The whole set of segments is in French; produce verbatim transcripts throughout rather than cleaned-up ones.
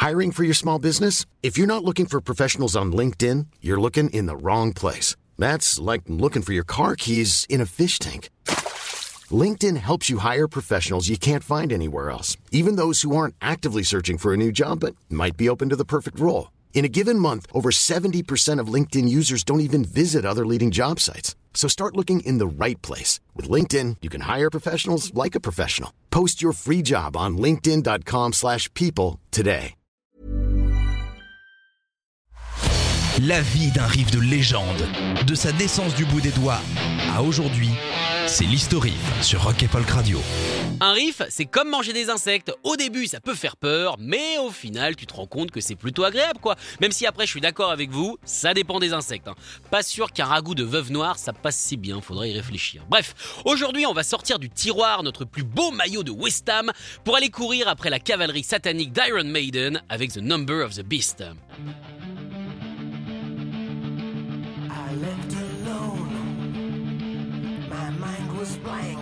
Hiring for your small business? If you're not looking for professionals on LinkedIn, you're looking in the wrong place. That's like looking for your car keys in a fish tank. LinkedIn helps you hire professionals you can't find anywhere else, even those who aren't actively searching for a new job but might be open to the perfect role. In a given month, over seventy percent of LinkedIn users don't even visit other leading job sites. So start looking in the right place. With LinkedIn, you can hire professionals like a professional. Post your free job on linkedin.com slash people today. La vie d'un riff de légende, de sa naissance du bout des doigts à aujourd'hui, c'est l'Historiff sur Rock et Folk Radio. Un riff, c'est comme manger des insectes. Au début, ça peut faire peur, mais au final, tu te rends compte que c'est plutôt agréable, quoi. Même si après, je suis d'accord avec vous, ça dépend des insectes. Hein. Pas sûr qu'un ragoût de veuve noire, ça passe si bien, faudrait y réfléchir. Bref, aujourd'hui, on va sortir du tiroir notre plus beau maillot de West Ham pour aller courir après la cavalerie satanique d'Iron Maiden avec The Number of the Beast. I left alone. My mind was blank.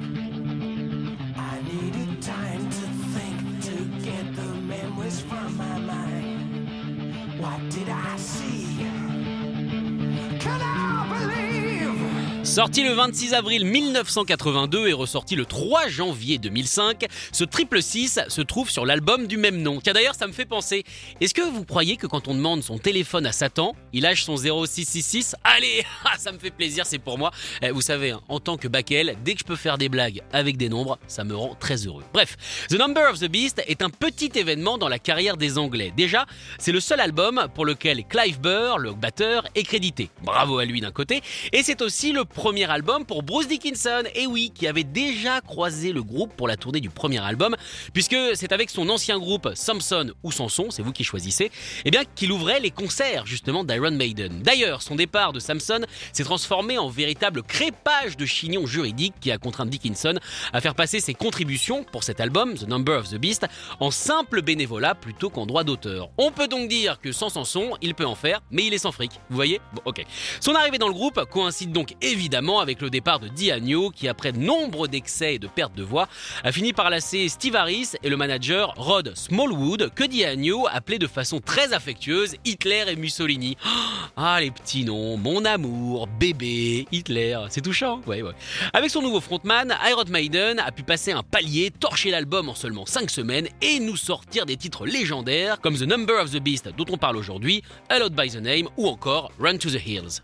I needed time to think, to get the memories from my mind. What did I see? Can I believe? Sorti le vingt-six avril mille neuf cent quatre-vingt-deux et ressorti le trois janvier deux mille cinq, ce triple six se trouve sur l'album du même nom. Tiens d'ailleurs, ça me fait penser, est-ce que vous croyez que quand on demande son téléphone à Satan, il lâche son zéro six six six? Allez, ça me fait plaisir, c'est pour moi. Eh, vous savez, hein, en tant que Backel, dès que je peux faire des blagues avec des nombres, ça me rend très heureux. Bref, The Number of the Beast est un petit événement dans la carrière des Anglais. Déjà, c'est le seul album pour lequel Clive Burr, le batteur, est crédité. Bravo à lui d'un côté. Et c'est aussi le premier album pour Bruce Dickinson, et oui, qui avait déjà croisé le groupe pour la tournée du premier album, puisque c'est avec son ancien groupe Samson ou Samson, c'est vous qui choisissez, eh bien qu'il ouvrait les concerts justement d'Iron Maiden. D'ailleurs, son départ de Samson s'est transformé en véritable crépage de chignon juridique qui a contraint Dickinson à faire passer ses contributions pour cet album, The Number of the Beast, en simple bénévolat plutôt qu'en droit d'auteur. On peut donc dire que sans Samson, il peut en faire, mais il est sans fric. Vous voyez ? Bon, ok. Son arrivée dans le groupe coïncide donc évidemment avec le départ de Di Agnew, qui après nombre d'excès et de pertes de voix, a fini par lasser Steve Harris et le manager Rod Smallwood, que Di Agnew appelait de façon très affectueuse Hitler et Mussolini. Ah, les petits noms, mon amour, bébé, Hitler, c'est touchant, ouais, ouais. Avec son nouveau frontman, Iron Maiden a pu passer un palier, torcher l'album en seulement cinq semaines et nous sortir des titres légendaires comme The Number of the Beast dont on parle aujourd'hui, Hallowed by the Name ou encore Run to the Hills.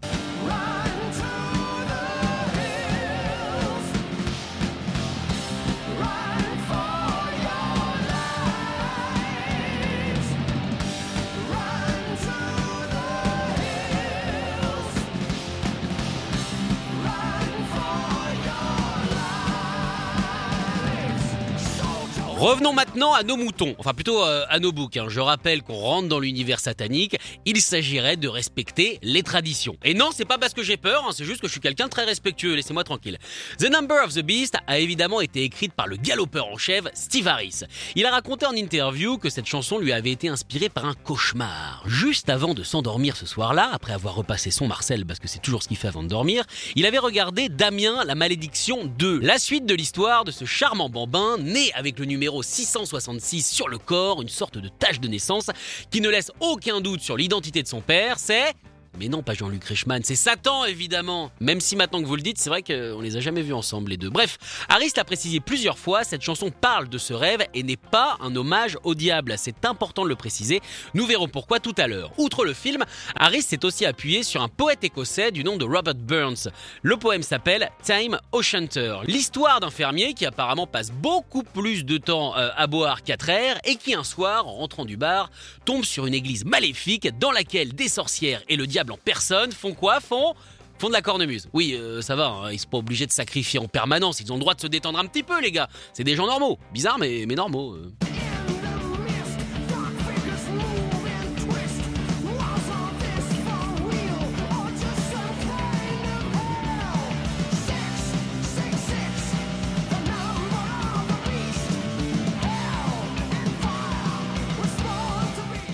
Revenons maintenant à nos moutons, enfin plutôt euh, à nos boucs. Hein. Je rappelle qu'on rentre dans l'univers satanique, il s'agirait de respecter les traditions. Et non, c'est pas parce que j'ai peur, hein, c'est juste que je suis quelqu'un de très respectueux, laissez-moi tranquille. The Number of the Beast a évidemment été écrite par le galopeur en chèvre Steve Harris. Il a raconté en interview que cette chanson lui avait été inspirée par un cauchemar. Juste avant de s'endormir ce soir-là, après avoir repassé son Marcel, parce que c'est toujours ce qu'il fait avant de dormir, il avait regardé Damien, la malédiction deux, la suite de l'histoire de ce charmant bambin, né avec le numéro six cent soixante-six sur le corps, une sorte de tache de naissance qui ne laisse aucun doute sur l'identité de son père, c'est... Mais non, pas Jean-Luc Reichmann, c'est Satan évidemment. Même si maintenant que vous le dites, c'est vrai qu'on les a jamais vus ensemble les deux. Bref, Harris l'a précisé plusieurs fois, cette chanson parle de ce rêve et n'est pas un hommage au diable. C'est important de le préciser, nous verrons pourquoi tout à l'heure. Outre le film, Harris s'est aussi appuyé sur un poète écossais du nom de Robert Burns. Le poème s'appelle Time O'Shanter, l'histoire d'un fermier qui apparemment passe beaucoup plus de temps euh, à boire qu'à traire et qui un soir, en rentrant du bar, tombe sur une église maléfique dans laquelle des sorcières et le diable en personne font quoi? Font font de la cornemuse. Oui, euh, ça va, hein, ils sont pas obligés de sacrifier en permanence, ils ont le droit de se détendre un petit peu les gars. C'est des gens normaux, bizarre mais, mais normaux. Euh.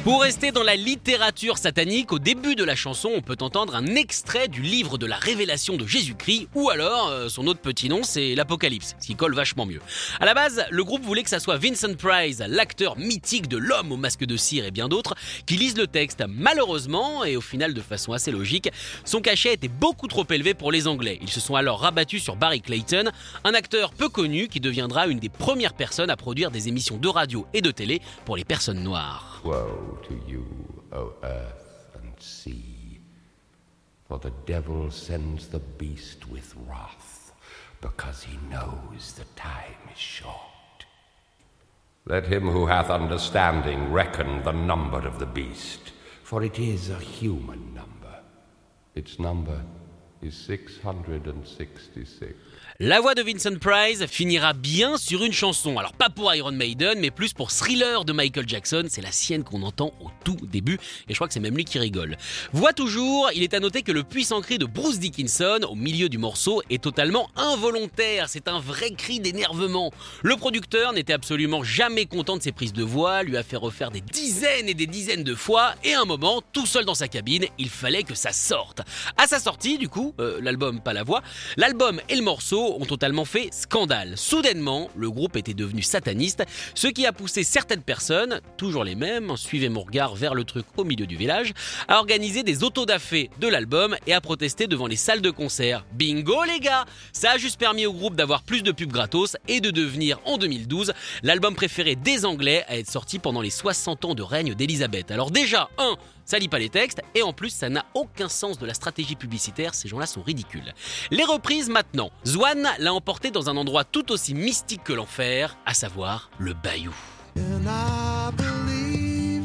Pour rester dans la littérature satanique, au début de la chanson, on peut entendre un extrait du livre de la révélation de Jésus-Christ, ou alors, euh, son autre petit nom, c'est l'Apocalypse, ce qui colle vachement mieux. À la base, le groupe voulait que ça soit Vincent Price, l'acteur mythique de L'Homme au masque de cire et bien d'autres, qui lise le texte. Malheureusement, et au final de façon assez logique, son cachet était beaucoup trop élevé pour les Anglais. Ils se sont alors rabattus sur Barry Clayton, un acteur peu connu qui deviendra une des premières personnes à produire des émissions de radio et de télé pour les personnes noires. Woe to you, O earth and sea, for the devil sends the beast with wrath, because he knows the time is short. Let him who hath understanding reckon the number of the beast, for it is a human number. Its number is six hundred sixty-six. La voix de Vincent Price finira bien sur une chanson, alors pas pour Iron Maiden, mais plus pour Thriller de Michael Jackson, c'est la sienne qu'on entend au tout début, et je crois que c'est même lui qui rigole. Voix toujours, il est à noter que le puissant cri de Bruce Dickinson, au milieu du morceau, est totalement involontaire, c'est un vrai cri d'énervement. Le producteur n'était absolument jamais content de ses prises de voix, lui a fait refaire des dizaines et des dizaines de fois, et à un moment, tout seul dans sa cabine, il fallait que ça sorte. À sa sortie, du coup, euh, l'album pas la voix, l'album et le morceau ont totalement fait scandale. Soudainement, le groupe était devenu sataniste, ce qui a poussé certaines personnes, toujours les mêmes, suivez mon regard vers le truc au milieu du village, à organiser des autodafés de l'album et à protester devant les salles de concert. Bingo les gars! Ça a juste permis au groupe d'avoir plus de pubs gratos et de devenir, en deux mille douze, l'album préféré des Anglais à être sorti pendant les soixante ans de règne d'Elisabeth. Alors déjà, un, ça lit pas les textes, et en plus ça n'a aucun sens de la stratégie publicitaire, ces gens-là sont ridicules. Les reprises maintenant. Zwan l'a emporté dans un endroit tout aussi mystique que l'enfer, à savoir le Bayou. And I believe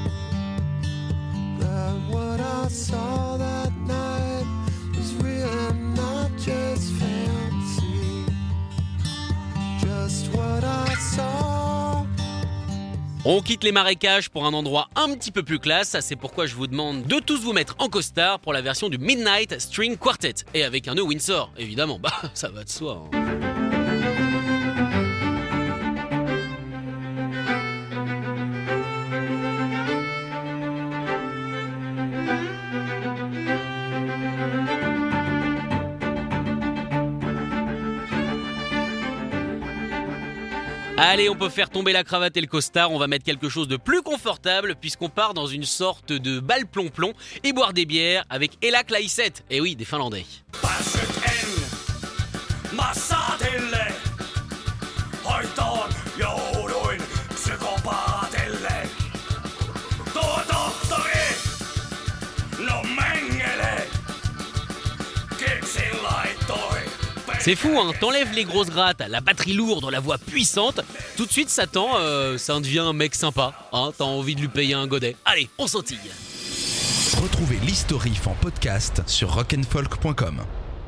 that what I saw that night was real and not just fancy. Just what I saw. On quitte les marécages pour un endroit un petit peu plus classe, c'est pourquoi je vous demande de tous vous mettre en costard pour la version du Midnight String Quartet. Et avec un nœud Windsor, évidemment, bah ça va de soi. Hein. Allez, on peut faire tomber la cravate et le costard, on va mettre quelque chose de plus confortable puisqu'on part dans une sorte de bal plomb-plomb et boire des bières avec Ella Claisset. Et oui, des Finlandais. C'est fou, hein, t'enlèves les grosses grattes, la batterie lourde, la voix puissante, tout de suite Satan, euh, ça devient un mec sympa, hein, t'as envie de lui payer un godet. Allez, on sautille. Retrouvez l'Historif en podcast sur rock and folk point com.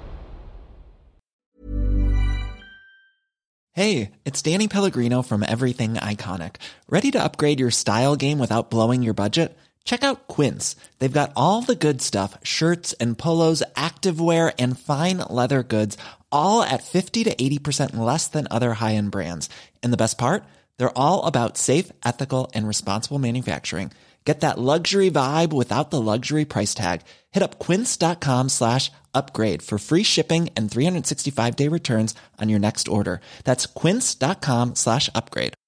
Hey, it's Danny Pellegrino from Everything Iconic. Ready to upgrade your style game without blowing your budget? Check out Quince. They've got all the good stuff, shirts and polos, activewear, and fine leather goods, all at fifty to eighty percent less than other high-end brands. And the best part? They're all about safe, ethical, and responsible manufacturing. Get that luxury vibe without the luxury price tag. Hit up quince.com slash upgrade for free shipping and three sixty-five day returns on your next order. That's quince.com slash upgrade.